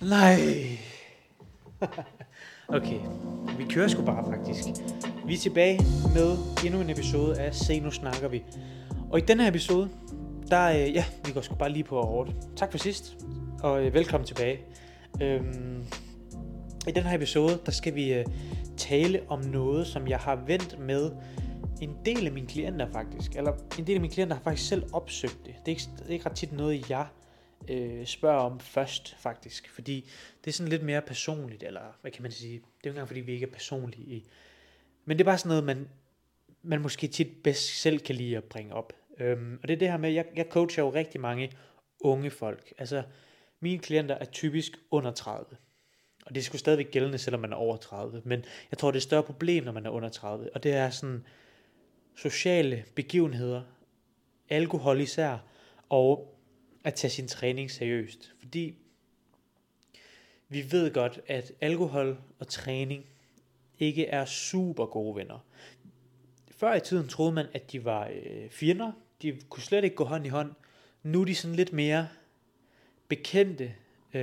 Nej. Okay, vi kører sgu bare faktisk. Vi er tilbage med endnu en episode af Se Nu Snakker Vi. Og i denne her episode, vi går sgu bare lige på hårdt. Tak for sidst, og velkommen tilbage. I den her episode, der skal vi tale om noget, som jeg har vendt med en del af mine klienter faktisk. Eller en del af mine klienter har faktisk selv opsøgt det. Det er ikke ret tit noget, jeg spørger om først faktisk. Fordi det er sådan lidt mere personligt, eller hvad kan man sige. Det er jo ikke engang fordi vi ikke er personlige i. Men det er bare sådan noget, man måske tit bedst selv kan lide at bringe op. Og det er det her med, jeg coacher jo rigtig mange unge folk. Altså mine klienter er typisk under 30. Og det er sgu stadigvæk gældende, selvom man er over 30. Men jeg tror, det er et større problem, når man er under 30. Og det er sådan sociale begivenheder, alkohol især, og at tage sin træning seriøst. Fordi vi ved godt, at alkohol og træning ikke er super gode venner. Før i tiden troede man, at de var fjender. De kunne slet ikke gå hånd i hånd. Nu er de sådan lidt mere bekendte,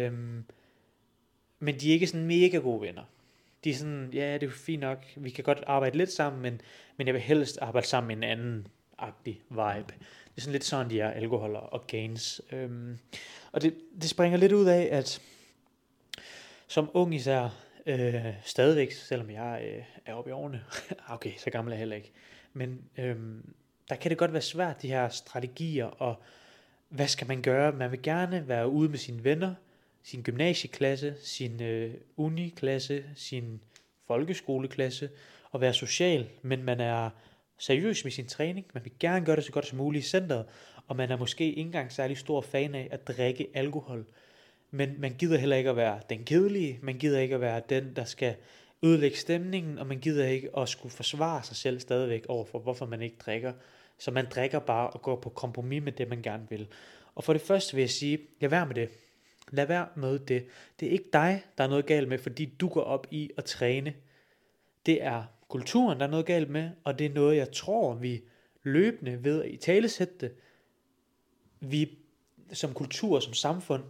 men de er ikke sådan mega gode venner. De er sådan, ja, det er jo fint nok, vi kan godt arbejde lidt sammen, men jeg vil helst arbejde sammen med en anden-agtig vibe. Det er sådan lidt sådan, de er, alkohol og gains. Og det springer lidt ud af, at som ung især, stadigvæk, selvom jeg er oppe i årene, okay, så gammel er jeg heller ikke, men der kan det godt være svært, de her strategier, og hvad skal man gøre? Man vil gerne være ude med sine venner, sin gymnasieklasse, sin uniklasse, sin folkeskoleklasse, og være social, men man er seriøs med sin træning, man vil gerne gøre det så godt som muligt i centret, og man er måske ikke engang særlig stor fan af at drikke alkohol, men man gider heller ikke at være den kedelige, man gider ikke at være den, der skal ødelægge stemningen, og man gider ikke at skulle forsvare sig selv stadigvæk overfor, hvorfor man ikke drikker. Så man drikker bare og går på kompromis med det, man gerne vil. Og for det første vil jeg sige, lad være med det. Lad være med det. Det er ikke dig, der er noget galt med, fordi du går op i at træne. Det er kulturen, der er noget galt med, og det er noget, jeg tror, vi løbende ved at italesætte det. Vi som kultur, som samfund,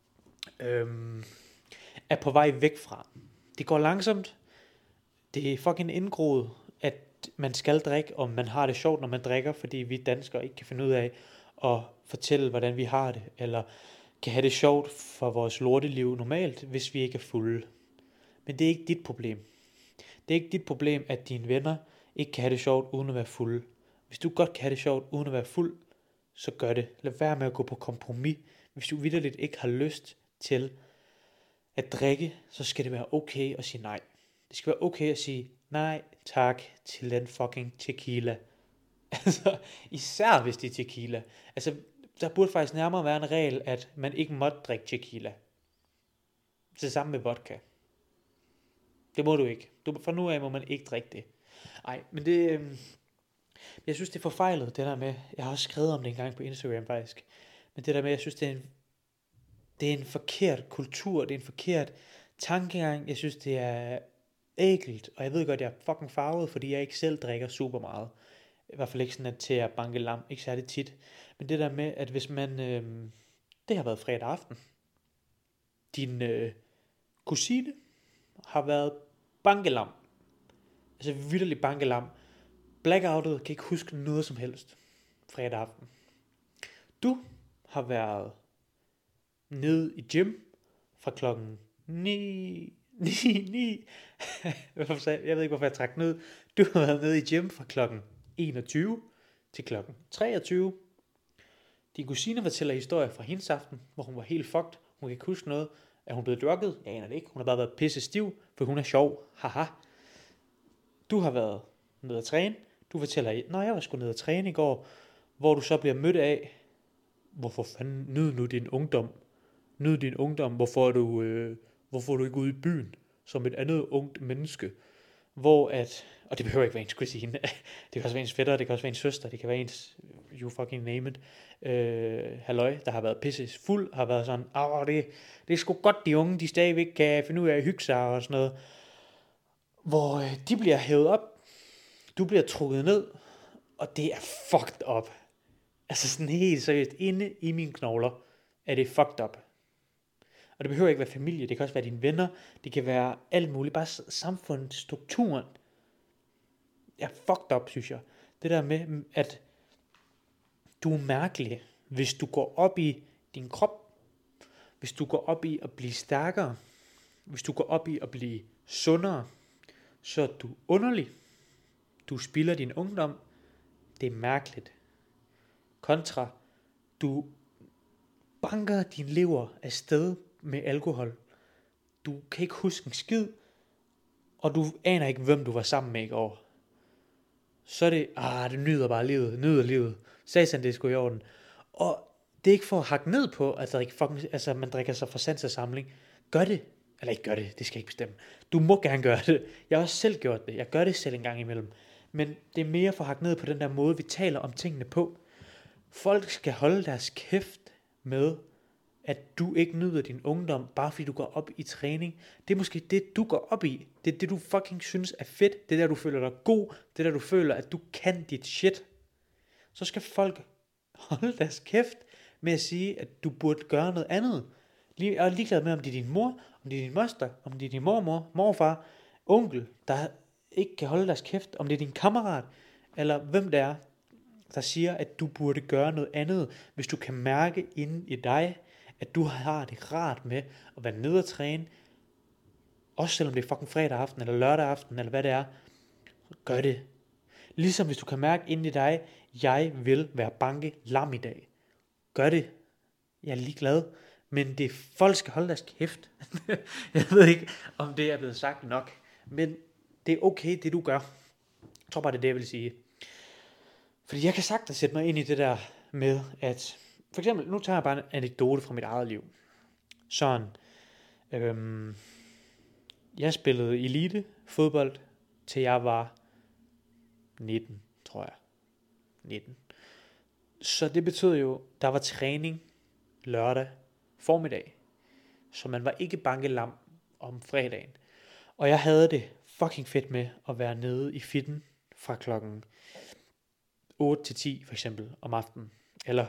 er på vej væk fra. Det går langsomt. Det er fucking indgroet, at man skal drikke, og man har det sjovt, når man drikker, fordi vi danskere ikke kan finde ud af at fortælle, hvordan vi har det, eller kan have det sjovt for vores lorteliv normalt, hvis vi ikke er fulde. Men det er ikke dit problem. Det er ikke dit problem, at dine venner ikke kan have det sjovt, uden at være fulde. Hvis du godt kan have det sjovt, uden at være fuld, så gør det. Lad være med at gå på kompromis. Hvis du vitterligt ikke har lyst til at drikke, så skal det være okay at sige nej. Det skal være okay at sige nej tak til den fucking tequila. Altså, især hvis det er tequila. Altså, der burde faktisk nærmere være en regel, at man ikke måtte drikke tequila. Så sammen med vodka. Det må du ikke. Fra nu af må man ikke drikke det. Nej, men det... jeg synes, det er forfejlet, det der med... Jeg har også skrevet om det en gang på Instagram faktisk. Men det der med, jeg synes, det er en forkert kultur. Det er en forkert tankegang. Jeg synes, det er ægelt. Og jeg ved godt, jeg er fucking farvet, fordi jeg ikke selv drikker super meget. I hvert fald ikke sådan at til at banke lam. Ikke særlig tit. Men det der med, at hvis man... det har været fredag aften. Din kusine har været bankelam. Altså vitterlig bankelam. Blackoutet, kan ikke huske noget som helst. Fredag aften. Du har været nede i gym fra klokken 9. Jeg ved ikke, hvorfor jeg trak ned. Du har været nede i gym fra klokken 21 til klokken 23. Din kusine fortæller historier fra hendes aften, hvor hun var helt fucked. Hun kan ikke huske noget. Er hun blevet drukket? Jeg aner det ikke. Hun har bare været pisse stiv, for hun er sjov. Haha. Du har været nede at træne. Du fortæller, jeg var sgu nede at træne i går, hvor du så bliver mødt af, hvorfor fanden nyd nu din ungdom? Nyd din ungdom, hvorfor er du ikke ude i byen som et andet ungt menneske? Hvor at, og det behøver ikke være ens kusine, det kan også være ens fætter, det kan også være ens søster, det kan være ens, you fucking name it, halløj, der har været pisse fuld, har været sådan, det er sgu godt, de unge, de stadigvæk kan finde ud af at hygge sig og sådan noget, hvor de bliver hævet op, du bliver trukket ned, og det er fucked up. Altså sådan helt seriøst, inde i mine knogler, er det fucked up. Og det behøver ikke være familie, det kan også være dine venner, det kan være alt muligt, bare samfundsstrukturen. Er fucked up, synes jeg. Det der med, at du er mærkelig, hvis du går op i din krop, hvis du går op i at blive stærkere, hvis du går op i at blive sundere, så er du underlig. Du spilder din ungdom. Det er mærkeligt. Kontra, du banker din lever afsted med alkohol. Du kan ikke huske en skid, og du aner ikke, hvem du var sammen med i går. Så er det, det nyder bare livet, nyder livet. Satan, det er sgu i orden. Og det er ikke for at hakke ned på, at man drikker sig for sans og samling. Gør det. Eller ikke gør det, det skal jeg ikke bestemme. Du må gerne gøre det. Jeg har også selv gjort det. Jeg gør det selv en gang imellem. Men det er mere for at hakke ned på den der måde, vi taler om tingene på. Folk skal holde deres kæft med, at du ikke nyder din ungdom, bare fordi du går op i træning. Det er måske det, du går op i. Det er det, du fucking synes er fedt. Det er der, du føler dig god. Det er der, du føler, at du kan dit shit. Så skal folk holde deres kæft med at sige, at du burde gøre noget andet. Jeg er ligeglad med, om det er din mor, om det er din moster, om det er din mormor, morfar, onkel, der ikke kan holde deres kæft, om det er din kammerat, eller hvem det er, der siger, at du burde gøre noget andet, hvis du kan mærke inde i dig, at du har det rart med at være nede og træne, også selvom det er fucking fredag aften, eller lørdag aften, eller hvad det er, så gør det. Ligesom hvis du kan mærke inde i dig, jeg vil være banke lam i dag. Gør det. Jeg er ligeglad. Men det folk skal holde deres kæft. Jeg ved ikke, om det er blevet sagt nok. Men det er okay, det du gør. Jeg tror bare, det er det, jeg vil sige. Fordi jeg kan sagtens sætte mig ind i det der med, at for eksempel, nu tager jeg bare en anekdote fra mit eget liv. Sådan, jeg spillede elite fodbold, til jeg var 19, tror jeg. 19. Så det betød jo, der var træning lørdag formiddag. Så man var ikke bankelam om fredagen. Og jeg havde det fucking fedt med at være nede i fitten fra klokken 8 til 10 for eksempel om aftenen. Eller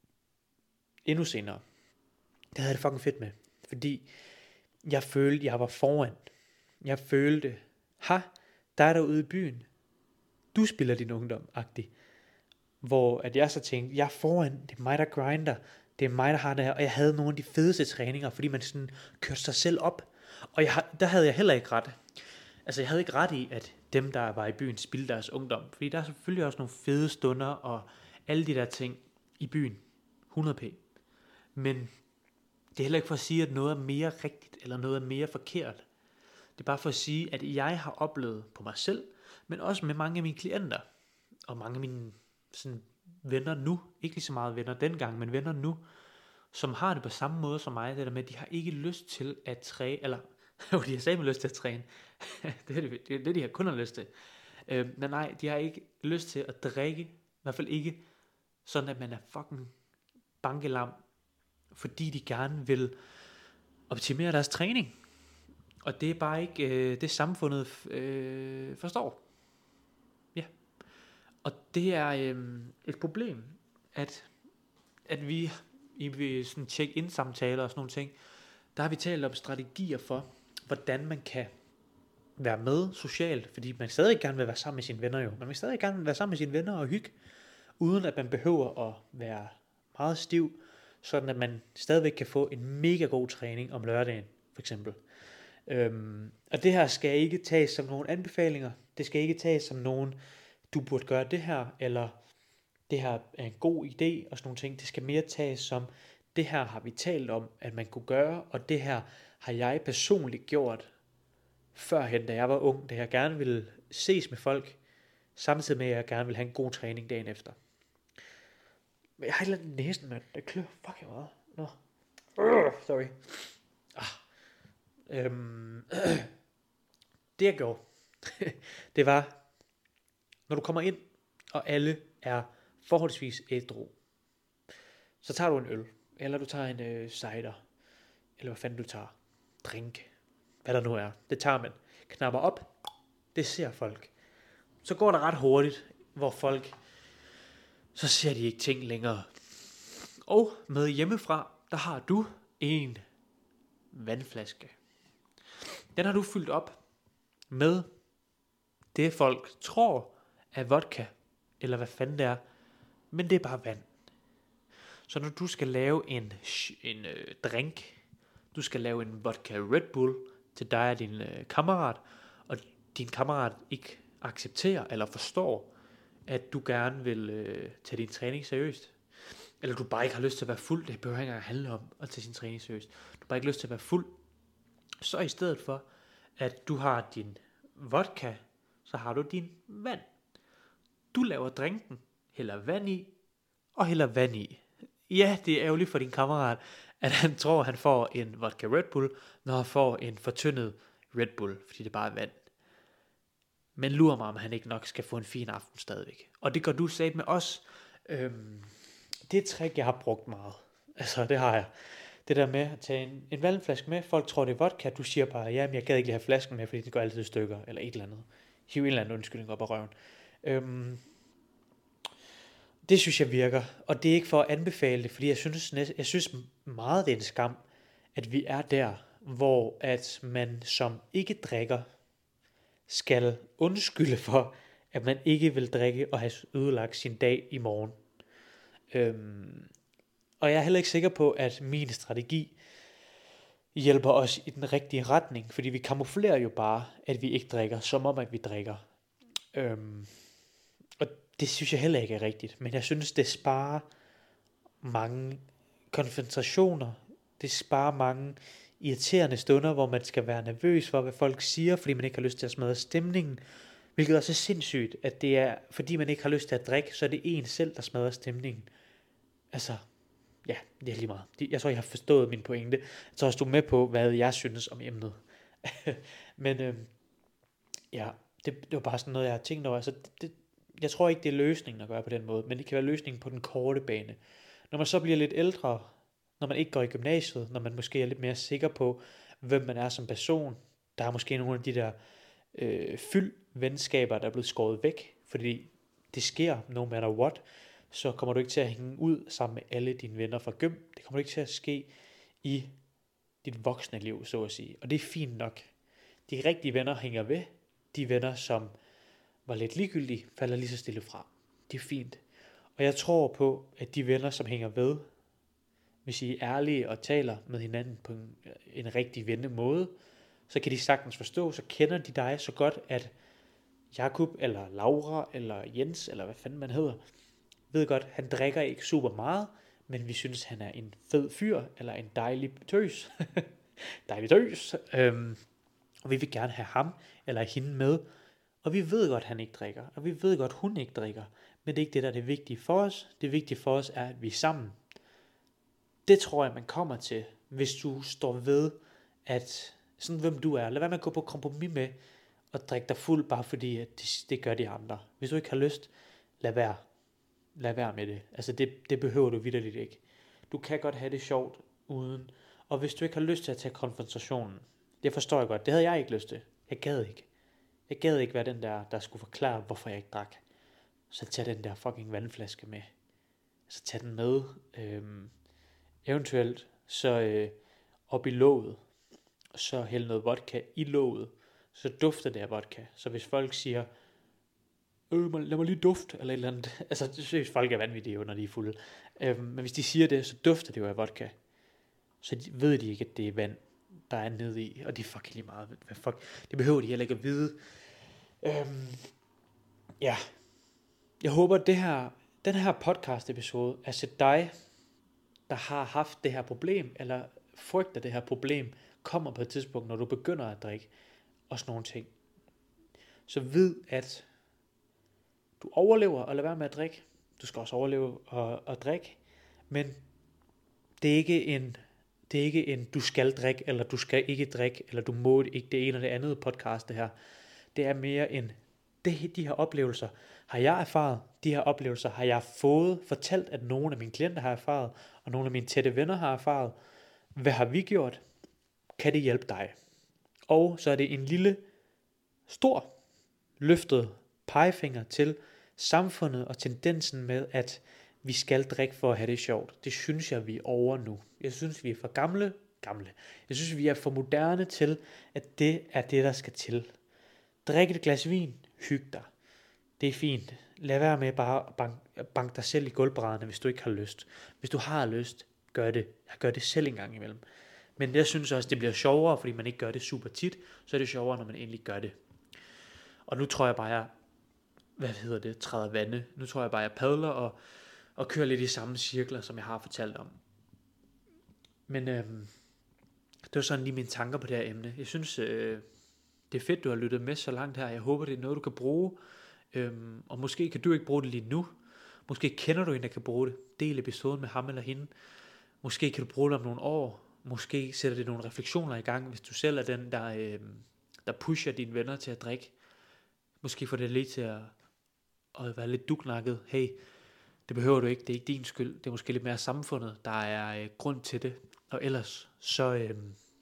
endnu senere. Det havde jeg det fucking fedt med. Fordi jeg følte, jeg var foran. Jeg følte, der er derude i byen. Du spiller din ungdom-agtig. Hvor at jeg så tænkte, jeg er foran, det er mig, der grinder. Det er mig, der har det her. Og jeg havde nogle af de fedeste træninger, fordi man sådan kørte sig selv op. Og der havde jeg heller ikke ret. Altså jeg havde ikke ret i, at dem, der var i byen, spildte deres ungdom. Fordi der er selvfølgelig også nogle fede stunder, og alle de der ting i byen. 100p. Men det er heller ikke for at sige, at noget er mere rigtigt, eller noget er mere forkert. Det er bare for at sige, at jeg har oplevet på mig selv, men også med mange af mine klienter, og mange af mine sådan, venner nu, ikke lige så meget venner dengang, men venner nu, som har det på samme måde som mig, det der med, at de har ikke lyst til at træne, eller de har sammen lyst til at træne, det er det, de har kun har lyst til, men nej, de har ikke lyst til at drikke, i hvert fald ikke sådan, at man er fucking bankelam, fordi de gerne vil optimere deres træning, og det er bare ikke det samfundet forstår. Ja. Og det er et problem, at vi i sådan check-in samtaler og sådan nogle ting, der har vi talt om strategier for, hvordan man kan være med socialt, fordi man stadig gerne vil være sammen med sine venner jo. Man vil stadig gerne være sammen med sine venner og hygge, uden at man behøver at være meget stiv, sådan at man stadigvæk kan få en mega god træning om lørdagen, for eksempel. Og det her skal ikke tages som nogle anbefalinger, det skal ikke tages som nogen, du burde gøre det her, eller det her er en god idé, og sådan nogle ting. Det skal mere tages som, det her har vi talt om, at man kunne gøre, og det her har jeg personligt gjort, førhen, da jeg var ung, da jeg gerne ville ses med folk, samtidig med, at jeg gerne ville have en god træning dagen efter. Men jeg har et eller andet næsen, mand. Det klør fucking meget. Nå. Sorry. Det jeg gjorde, det var, når du kommer ind, og alle er forholdsvis ædru, så tager du en øl, eller du tager en cider, eller hvad fanden du tager, drink, hvad der nu er, det tager man, knapper op, det ser folk. Så går det ret hurtigt, hvor folk, så ser de ikke ting længere. Og med hjemmefra, der har du en vandflaske. Den har du fyldt op med det folk tror er vodka, eller hvad fanden det er, men det er bare vand. Så når du skal lave en drink, du skal lave en vodka Red Bull til dig og din kammerat, og din kammerat ikke accepterer eller forstår, at du gerne vil tage din træning seriøst, eller du bare ikke har lyst til at være fuld, det behøver ikke engang handle om at tage sin træning seriøst, du bare ikke har lyst til at være fuld, så i stedet for, at du har din vodka, så har du din vand. Du laver drinken, hælder vand i, og hælder vand i. Ja, det er ærgerligt for din kammerat, at han tror, han får en vodka Red Bull, når han får en fortyndet Red Bull, fordi det bare er vand. Men lurer mig, om han ikke nok skal få en fin aften stadigvæk. Og det gør du sagt med os. Det er et trick, jeg har brugt meget. Altså, det har jeg. Det der med at tage en vandflaske med. Folk tror, det er vodka. Du siger bare, ja, men jeg gad ikke lige have flasken med, fordi det går altid i stykker. Eller et eller andet. Hiv en eller anden undskyldning op af røven. Det synes jeg virker. Og det er ikke for at anbefale det, fordi jeg synes meget, det er en skam, at vi er der, hvor at man som ikke drikker, skal undskylde for, at man ikke vil drikke og have ødelagt sin dag i morgen. Og jeg er heller ikke sikker på, at min strategi hjælper os i den rigtige retning, fordi vi kamuflerer jo bare, at vi ikke drikker, som om at vi drikker. Og det synes jeg heller ikke er rigtigt, men jeg synes, det sparer mange konfrontationer, det sparer mange irriterende stunder, hvor man skal være nervøs for, hvad folk siger, fordi man ikke har lyst til at smadre stemningen, hvilket også er sindssygt, at det er, fordi man ikke har lyst til at drikke, så er det en selv, der smadrer stemningen. Altså, ja, det er lige meget. Jeg tror, jeg har forstået min pointe. Jeg tror også, du er med på, hvad jeg synes om emnet. Men ja, det var bare sådan noget, jeg har tænkt over. Altså, jeg tror ikke, det er løsningen at gøre på den måde, men det kan være løsningen på den korte bane. Når man så bliver lidt ældre, når man ikke går i gymnasiet, når man måske er lidt mere sikker på, hvem man er som person, der er måske nogle af de der venskaber, der er blevet skåret væk, fordi det sker, no matter what, så kommer du ikke til at hænge ud sammen med alle dine venner fra gym. Det kommer ikke til at ske i dit voksne liv, så at sige. Og det er fint nok. De rigtige venner hænger ved. De venner, som var lidt ligegyldige, falder lige så stille fra. Det er fint. Og jeg tror på, at de venner, som hænger ved, hvis I er ærlige og taler med hinanden på en rigtig vennemåde, så kan de sagtens forstå, så kender de dig så godt, at Jakob eller Laura eller Jens, eller hvad fanden man hedder, ved godt, han drikker ikke super meget, men vi synes, han er en fed fyr, eller en dejlig tøs. Dejlig tøs. Og vi vil gerne have ham eller hende med. Og vi ved godt, han ikke drikker, og vi ved godt, hun ikke drikker. Men det er ikke det, der er det vigtige for os. Det vigtige for os er, at vi er sammen. Det tror jeg, man kommer til, hvis du står ved, at sådan hvem du er. Lad være med at gå på kompromis med at drikke dig fuld, bare fordi at det gør de andre. Hvis du ikke har lyst, lad være. Lad være med det. Altså det behøver du vitterligt ikke. Du kan godt have det sjovt uden. Og hvis du ikke har lyst til at tage konfrontationen, det forstår jeg godt. Det havde jeg ikke lyst til. Jeg gad ikke. Jeg gad ikke være den der skulle forklare, hvorfor jeg ikke drak. Så tag den der fucking vandflaske med. Så tag den med. Eventuelt så op i låget. Så hæld noget vodka i låget. Så dufter det af vodka. Så hvis folk siger, lad mig lige dufte, eller et eller andet. Altså, det synes folk er vanvittige, når de er fulde. Men hvis de siger det, så dufter det jo af vodka. Så ved de ikke, at det er vand, der er nede i. Og det er fucking lige meget. Hvad fuck? Det behøver de heller ikke at vide. Ja. Jeg håber, at den her podcast episode er til dig, der har haft det her problem, eller frygter det her problem, kommer på et tidspunkt, når du begynder at drikke, og sådan nogle ting. Så vid, at du overlever og lader være med at drikke. Du skal også overleve og drikke. Men det er ikke en du skal drikke, eller du skal ikke drikke, eller du må ikke det ene eller det andet podcast det her. Det er mere en, de her oplevelser har jeg erfaret. De her oplevelser har jeg fået fortalt, at nogle af mine klienter har erfaret, og nogle af mine tætte venner har erfaret. Hvad har vi gjort? Kan det hjælpe dig? Og så er det en lille, stor, løftet pegefinger til samfundet og tendensen med, at vi skal drikke for at have det sjovt. Det synes jeg, vi er over nu. Jeg synes, vi er for gamle gamle. Jeg synes, vi er for moderne til, at det er det, der skal til. Drik et glas vin, hyg dig. Det er fint. Lad være med bare at banke dig selv i gulvbrædderne, hvis du ikke har lyst. Hvis du har lyst, gør det. Jeg gør det selv en gang imellem. Men jeg synes også, det bliver sjovere, fordi man ikke gør det super tit. Så er det sjovere, når man endelig gør det. Og nu tror jeg bare, træder vande. Nu tror jeg bare, jeg padler og kører lidt i samme cirkler, som jeg har fortalt om. Men det var sådan lige mine tanker på det her emne. Jeg synes, det er fedt, du har lyttet med så langt her. Jeg håber, det er noget, du kan bruge. Og måske kan du ikke bruge det lige nu. Måske kender du en, der kan bruge det. Del episoden med ham eller hende. Måske kan du bruge det om nogle år. Måske sætter det nogle refleksioner i gang, hvis du selv er den, der pusher dine venner til at drikke. Måske får det lidt til at være lidt duknakket. Hey, det behøver du ikke, det er ikke din skyld. Det er måske lidt mere samfundet, der er grund til det. Og ellers, så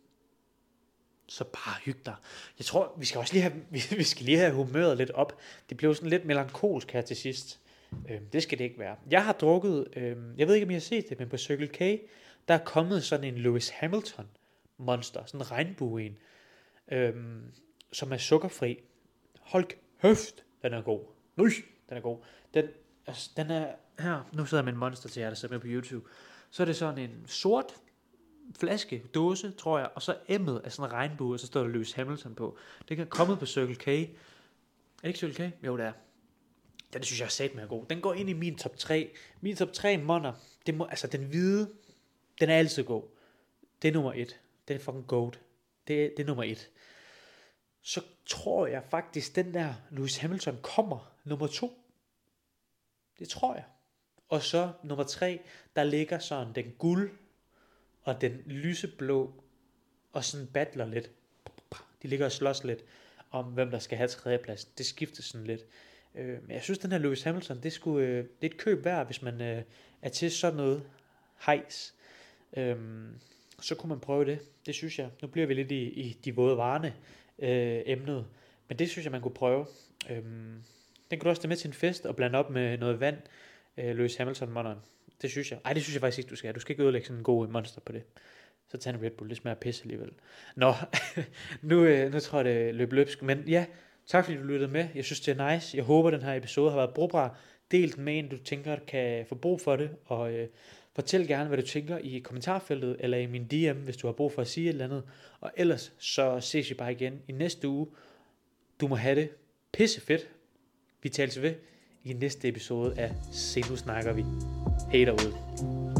bare hyg dig. Jeg tror, vi skal også lige have humøret lidt op. Det blev sådan lidt melankolsk her til sidst. Det skal det ikke være. Jeg har drukket, jeg ved ikke, om I har set det, men på Circle K, der er kommet sådan en Lewis Hamilton monster, sådan en regnbue en, som er sukkerfri. Hold kæft, den er god. Den er god. Den er her, nu sidder jeg med en monster til jer, der ser med på YouTube. Så er det sådan en sort flaske, dåse, tror jeg, og så M'et af sådan en regnbue, og så står der Lewis Hamilton på. Det kan komme på Circle K. Er det ikke Circle K? Jo, det er. Den synes jeg er sat med god. Den går ind i min top 3. Min top 3 monster, den hvide, den er altid god. Det er nummer 1. Den er fucking goat. Det er nummer 1. Så tror jeg faktisk, den der Lewis Hamilton kommer nummer 2. Det tror jeg. Og så nummer 3, der ligger sådan den guld og den lyseblå og sådan battler lidt. De ligger og slås lidt om, hvem der skal have tredjepladsen. Det skifter sådan lidt. Men jeg synes, den her Lewis Hamilton, det er et køb værd, hvis man er til sådan noget hejs. Så kunne man prøve det. Det synes jeg. Nu bliver vi lidt i de våde varerne emnet. Men det synes jeg, man kunne prøve. Den kan du også tage med til en fest og blande op med noget vand. Lewis Hamilton monsteren. Det synes jeg. Det synes jeg faktisk ikke, du skal. Du skal ikke ødelægge sådan en god monster på det. Så tag en Red Bull. Det smager pisse alligevel. Nå, nu tror jeg, det løb løbsk. Men ja, tak fordi du lyttede med. Jeg synes, det er nice. Jeg håber, den her episode har været brugbar. Del den med en, du tænker, kan få brug for det. Og fortæl gerne, hvad du tænker i kommentarfeltet, eller i min DM, hvis du har brug for at sige et eller andet. Og ellers, så ses vi bare igen i næste uge. Du må have det pisse fedt. Vi tales ved i næste episode af Se Nu Snakker Vi. Hej derude.